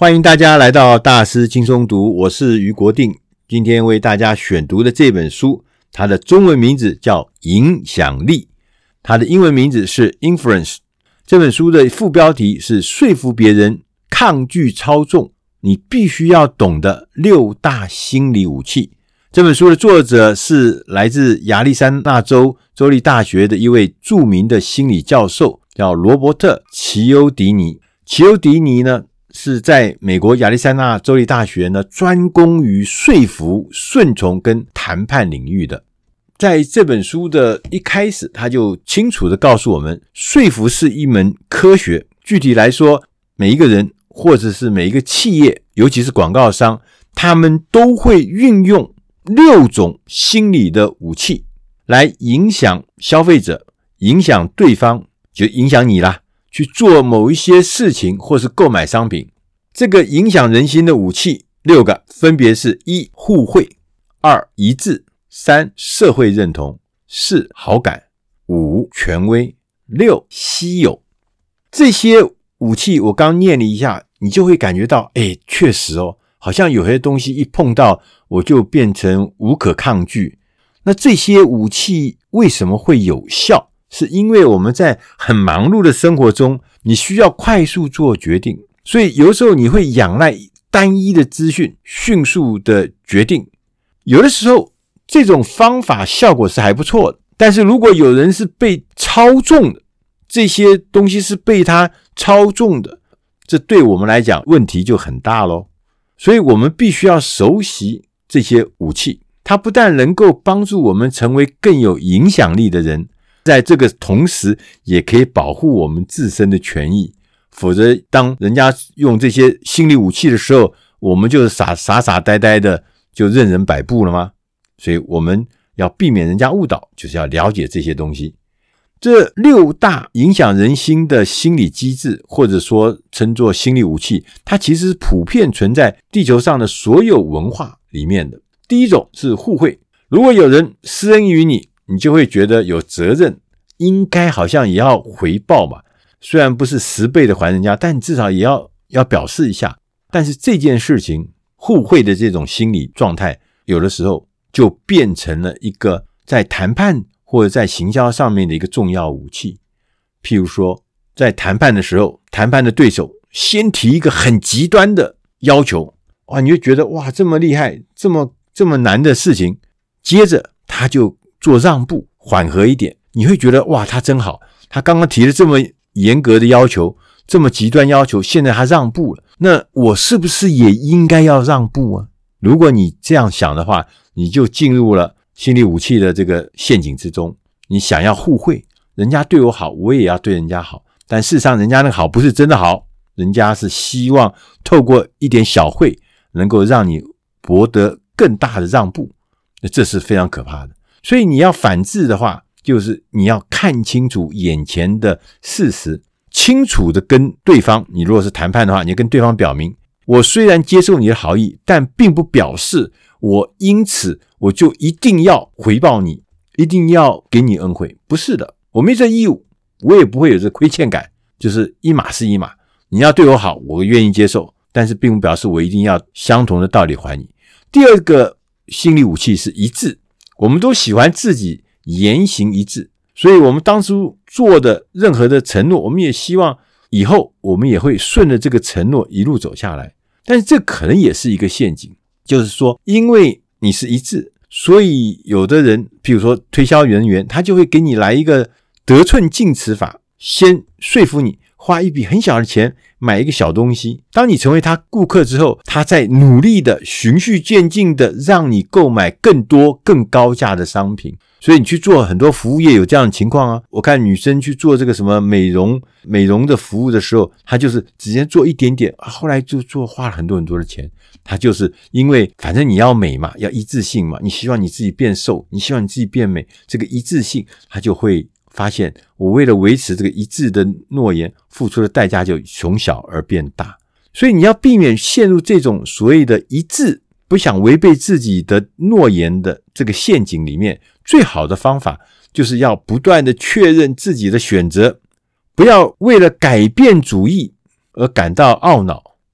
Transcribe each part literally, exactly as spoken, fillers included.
欢迎大家来到大师轻松读，我是余国定。今天为大家选读的这本书，它的中文名字叫影响力，它的英文名字是 Influence。 这本书的副标题是说服别人，抗拒操纵，你必须要懂的六大心理武器。这本书的作者是来自亚利桑那州州立大学的一位著名的心理教授，叫罗伯特·齐欧迪尼。齐欧迪尼呢是在美国亚利桑那州立大学呢专攻于说服、顺从跟谈判领域的。在这本书的一开始，他就清楚地告诉我们，说服是一门科学。具体来说，每一个人或者是每一个企业，尤其是广告商，他们都会运用六种心理的武器来影响消费者，影响对方，就影响你啦，去做某一些事情或是购买商品。这个影响人心的武器六个分别是：一、互惠；二、一致；三、社会认同；四、好感；五、权威；六、稀有。这些武器我刚念了一下，你就会感觉到，诶，确实哦，好像有些东西一碰到我就变成无可抗拒。那这些武器为什么会有效？是因为我们在很忙碌的生活中，你需要快速做决定，所以有的时候你会仰赖单一的资讯，迅速的决定。有的时候这种方法效果是还不错的，但是如果有人是被操纵的，这些东西是被他操纵的，这对我们来讲问题就很大咯。所以我们必须要熟悉这些武器，它不但能够帮助我们成为更有影响力的人，在这个同时也可以保护我们自身的权益。否则当人家用这些心理武器的时候，我们就傻傻傻呆呆的就任人摆布了吗？所以我们要避免人家误导，就是要了解这些东西。这六大影响人心的心理机制，或者说称作心理武器，它其实普遍存在地球上的所有文化里面的。第一种是互惠，如果有人施恩于你，你就会觉得有责任，应该好像也要回报嘛。虽然不是十倍的还人家，但至少也要要表示一下。但是这件事情，互惠的这种心理状态，有的时候就变成了一个在谈判或者在行销上面的一个重要武器。譬如说，在谈判的时候，谈判的对手先提一个很极端的要求，哇，你就觉得哇，这么厉害，这么这么难的事情，接着他就做让步，缓和一点，你会觉得哇，他真好，他刚刚提了这么严格的要求，这么极端要求，现在他让步了，那我是不是也应该要让步啊？如果你这样想的话，你就进入了心理武器的这个陷阱之中。你想要互惠，人家对我好，我也要对人家好，但事实上人家那个好不是真的好，人家是希望透过一点小惠能够让你博得更大的让步，那这是非常可怕的。所以你要反制的话，就是你要看清楚眼前的事实，清楚的跟对方，你如果是谈判的话，你跟对方表明，我虽然接受你的好意，但并不表示我因此我就一定要回报你，一定要给你恩惠，不是的，我没这义务，我也不会有这亏欠感，就是一码是一码，你要对我好，我愿意接受，但是并不表示我一定要相同的道理还你。第二个心理武器是一致，我们都喜欢自己言行一致，所以我们当初做的任何的承诺，我们也希望以后我们也会顺着这个承诺一路走下来。但是这可能也是一个陷阱，就是说因为你是一致，所以有的人譬如说推销人员，他就会给你来一个得寸进尺法，先说服你花一笔很小的钱买一个小东西，当你成为他顾客之后，他在努力的循序渐进的让你购买更多更高价的商品。所以你去做很多服务业有这样的情况啊，我看女生去做这个什么美容美容的服务的时候，她就是直接做一点点，后来就做花了很多很多的钱。她就是因为反正你要美嘛，要一致性嘛，你希望你自己变瘦，你希望你自己变美，这个一致性，她就会发现我为了维持这个一致的诺言，付出的代价就从小而变大。所以你要避免陷入这种所谓的一致，不想违背自己的诺言的这个陷阱里面，最好的方法就是要不断的确认自己的选择，不要为了改变主意而感到懊恼，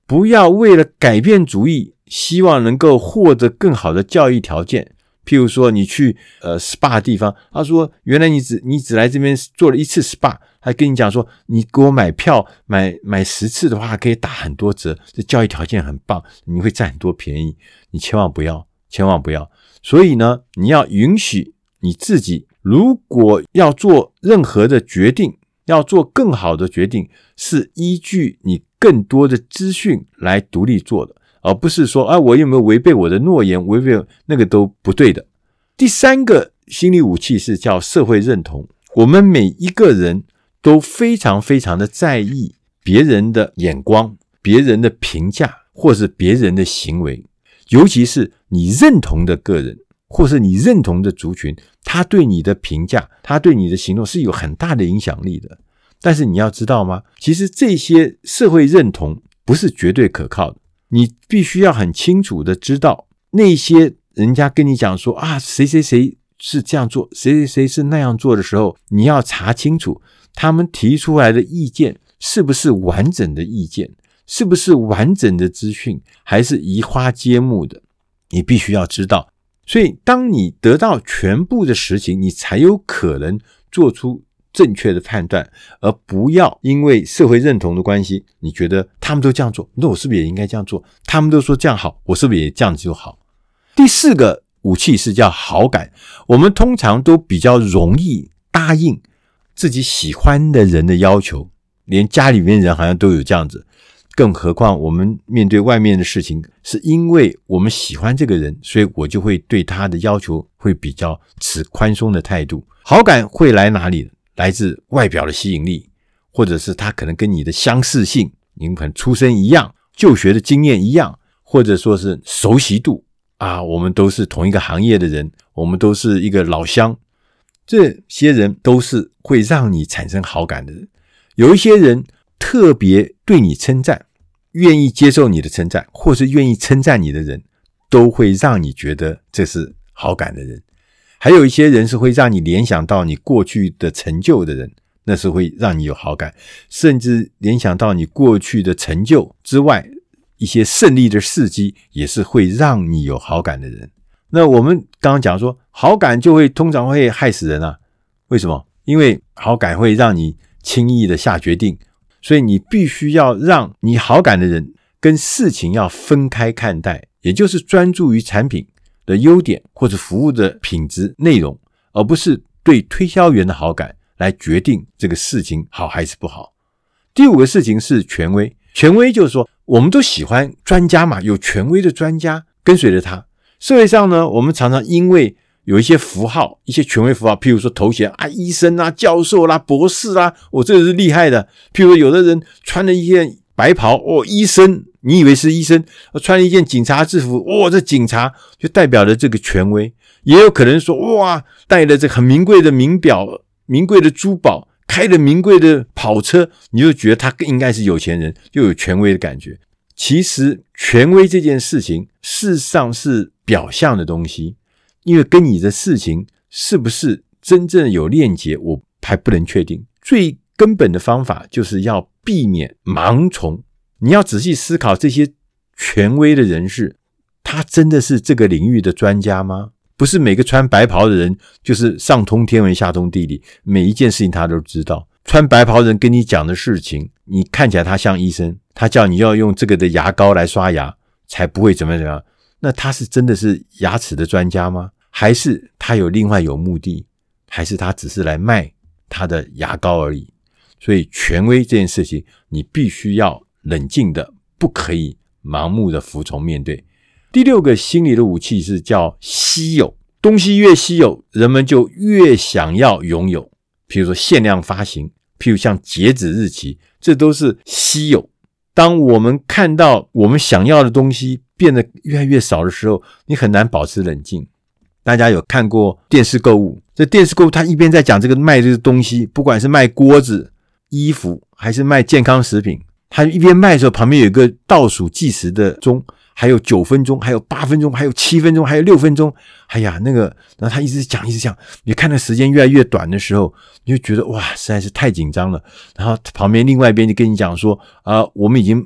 不要为了改变主义，希望能够获得更好的教育条件。譬如说你去呃 S P A 地方，他说原来你只你只来这边做了一次 S P A， 还跟你讲说你给我买票买买十次的话可以打很多折，这教育条件很棒，你会占很多便宜，你千万不要千万不要。所以呢，你要允许你自己，如果要做任何的决定，要做更好的决定，是依据你更多的资讯来独立做的，而不是说啊，我有没有违背我的诺言，违背那个都不对的。第三个心理武器是叫社会认同。我们每一个人都非常非常的在意别人的眼光，别人的评价，或是别人的行为，尤其是你认同的个人，或是你认同的族群，他对你的评价，他对你的行动是有很大的影响力的。但是你要知道吗？其实这些社会认同不是绝对可靠的，你必须要很清楚的知道，那些人家跟你讲说啊，谁谁谁是这样做，谁谁谁是那样做的时候，你要查清楚他们提出来的意见是不是完整的意见，是不是完整的资讯，还是移花接木的，你必须要知道。所以当你得到全部的实情，你才有可能做出正确的判断，而不要因为社会认同的关系，你觉得他们都这样做，那我是不是也应该这样做？他们都说这样好，我是不是也这样就好？第四个武器是叫好感。我们通常都比较容易答应自己喜欢的人的要求，连家里面人好像都有这样子，更何况我们面对外面的事情，是因为我们喜欢这个人，所以我就会对他的要求会比较持宽松的态度。好感会来哪里？来自外表的吸引力，或者是他可能跟你的相似性，你们可能出身一样，就学的经验一样，或者说是熟悉度啊，我们都是同一个行业的人，我们都是一个老乡，这些人都是会让你产生好感的人。有一些人特别对你称赞，愿意接受你的称赞，或是愿意称赞你的人，都会让你觉得这是好感的人。还有一些人是会让你联想到你过去的成就的人，那是会让你有好感，甚至联想到你过去的成就之外一些胜利的事迹，也是会让你有好感的人。那我们刚刚讲说好感就会通常会害死人啊，为什么？因为好感会让你轻易的下决定，所以你必须要让你好感的人跟事情要分开看待，也就是专注于产品的优点或者服务的品质内容，而不是对推销员的好感来决定这个事情好还是不好。第五个事情是权威。权威就是说我们都喜欢专家嘛，有权威的专家跟随着他。社会上呢，我们常常因为有一些符号，一些权威符号，譬如说头衔啊，医生啊，教授啦、啊，博士啦、啊，我、哦、这个是厉害的。譬如有的人穿了一件白袍，哦，医生，你以为是医生，穿了一件警察制服，哦，这警察就代表了这个权威。也有可能说，哇，带了这很名贵的名表、名贵的珠宝，开了名贵的跑车，你就觉得他应该是有钱人，就有权威的感觉。其实权威这件事情事实上是表象的东西，因为跟你的事情是不是真正有链接，我还不能确定。最根本的方法就是要避免盲从。你要仔细思考，这些权威的人士，他真的是这个领域的专家吗？不是每个穿白袍的人就是上通天文下通地理，每一件事情他都知道。穿白袍的人跟你讲的事情，你看起来他像医生，他叫你要用这个的牙膏来刷牙才不会怎么怎么样，那他是真的是牙齿的专家吗？还是他有另外有目的？还是他只是来卖他的牙膏而已？所以权威这件事情你必须要冷静的，不可以盲目的服从面对。第六个心理的武器是叫稀有。东西越稀有，人们就越想要拥有。譬如说限量发行，譬如像截止日期，这都是稀有。当我们看到我们想要的东西变得越来越少的时候，你很难保持冷静。大家有看过电视购物，这电视购物它一边在讲这个卖这个东西，不管是卖锅子、衣服还是卖健康食品，它一边卖的时候旁边有一个倒数计时的钟，还有九分钟，还有八分钟，还有七分钟，还有六分钟。哎呀，那个然后他一直讲一直讲，你看那时间越来越短的时候，你就觉得哇实在是太紧张了。然后旁边另外一边就跟你讲说啊、呃，我们已经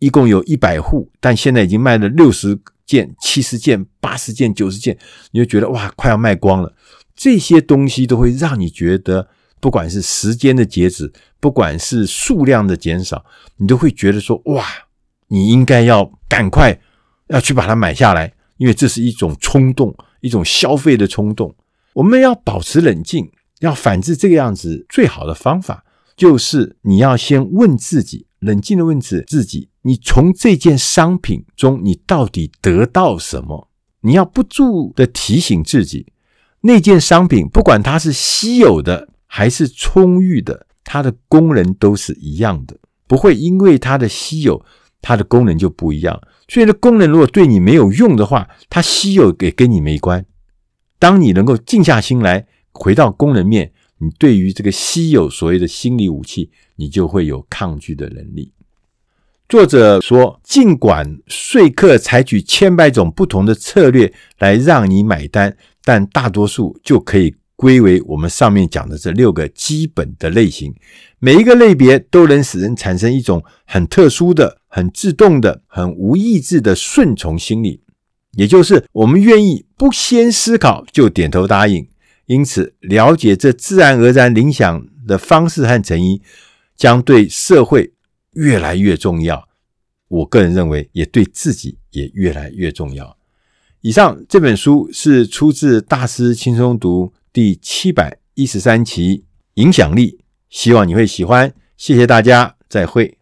一共有一百户，但现在已经卖了六十件、七十件、八十件、九十件，你就觉得哇，快要卖光了。这些东西都会让你觉得，不管是时间的截止，不管是数量的减少，你都会觉得说，哇，你应该要赶快要去把它买下来，因为这是一种冲动，一种消费的冲动。我们要保持冷静，要反制这个样子，最好的方法就是你要先问自己，冷静的问自己，你从这件商品中你到底得到什么？你要不住的提醒自己，那件商品不管它是稀有的还是充裕的，它的功能都是一样的，不会因为它的稀有它的功能就不一样。所以的功能如果对你没有用的话，它稀有也跟你没关。当你能够静下心来回到功能面，你对于这个稀有所谓的心理武器，你就会有抗拒的能力。作者说，尽管说客采取千百种不同的策略来让你买单，但大多数就可以归为我们上面讲的这六个基本的类型。每一个类别都能使人产生一种很特殊的、很自动的、很无意志的顺从心理，也就是我们愿意不先思考就点头答应。因此，了解这自然而然影响的方式和成因，将对社会越来越重要。我个人认为，也对自己也越来越重要。以上这本书是出自大师轻松读第七百一十三期影响力，希望你会喜欢。谢谢大家，再会。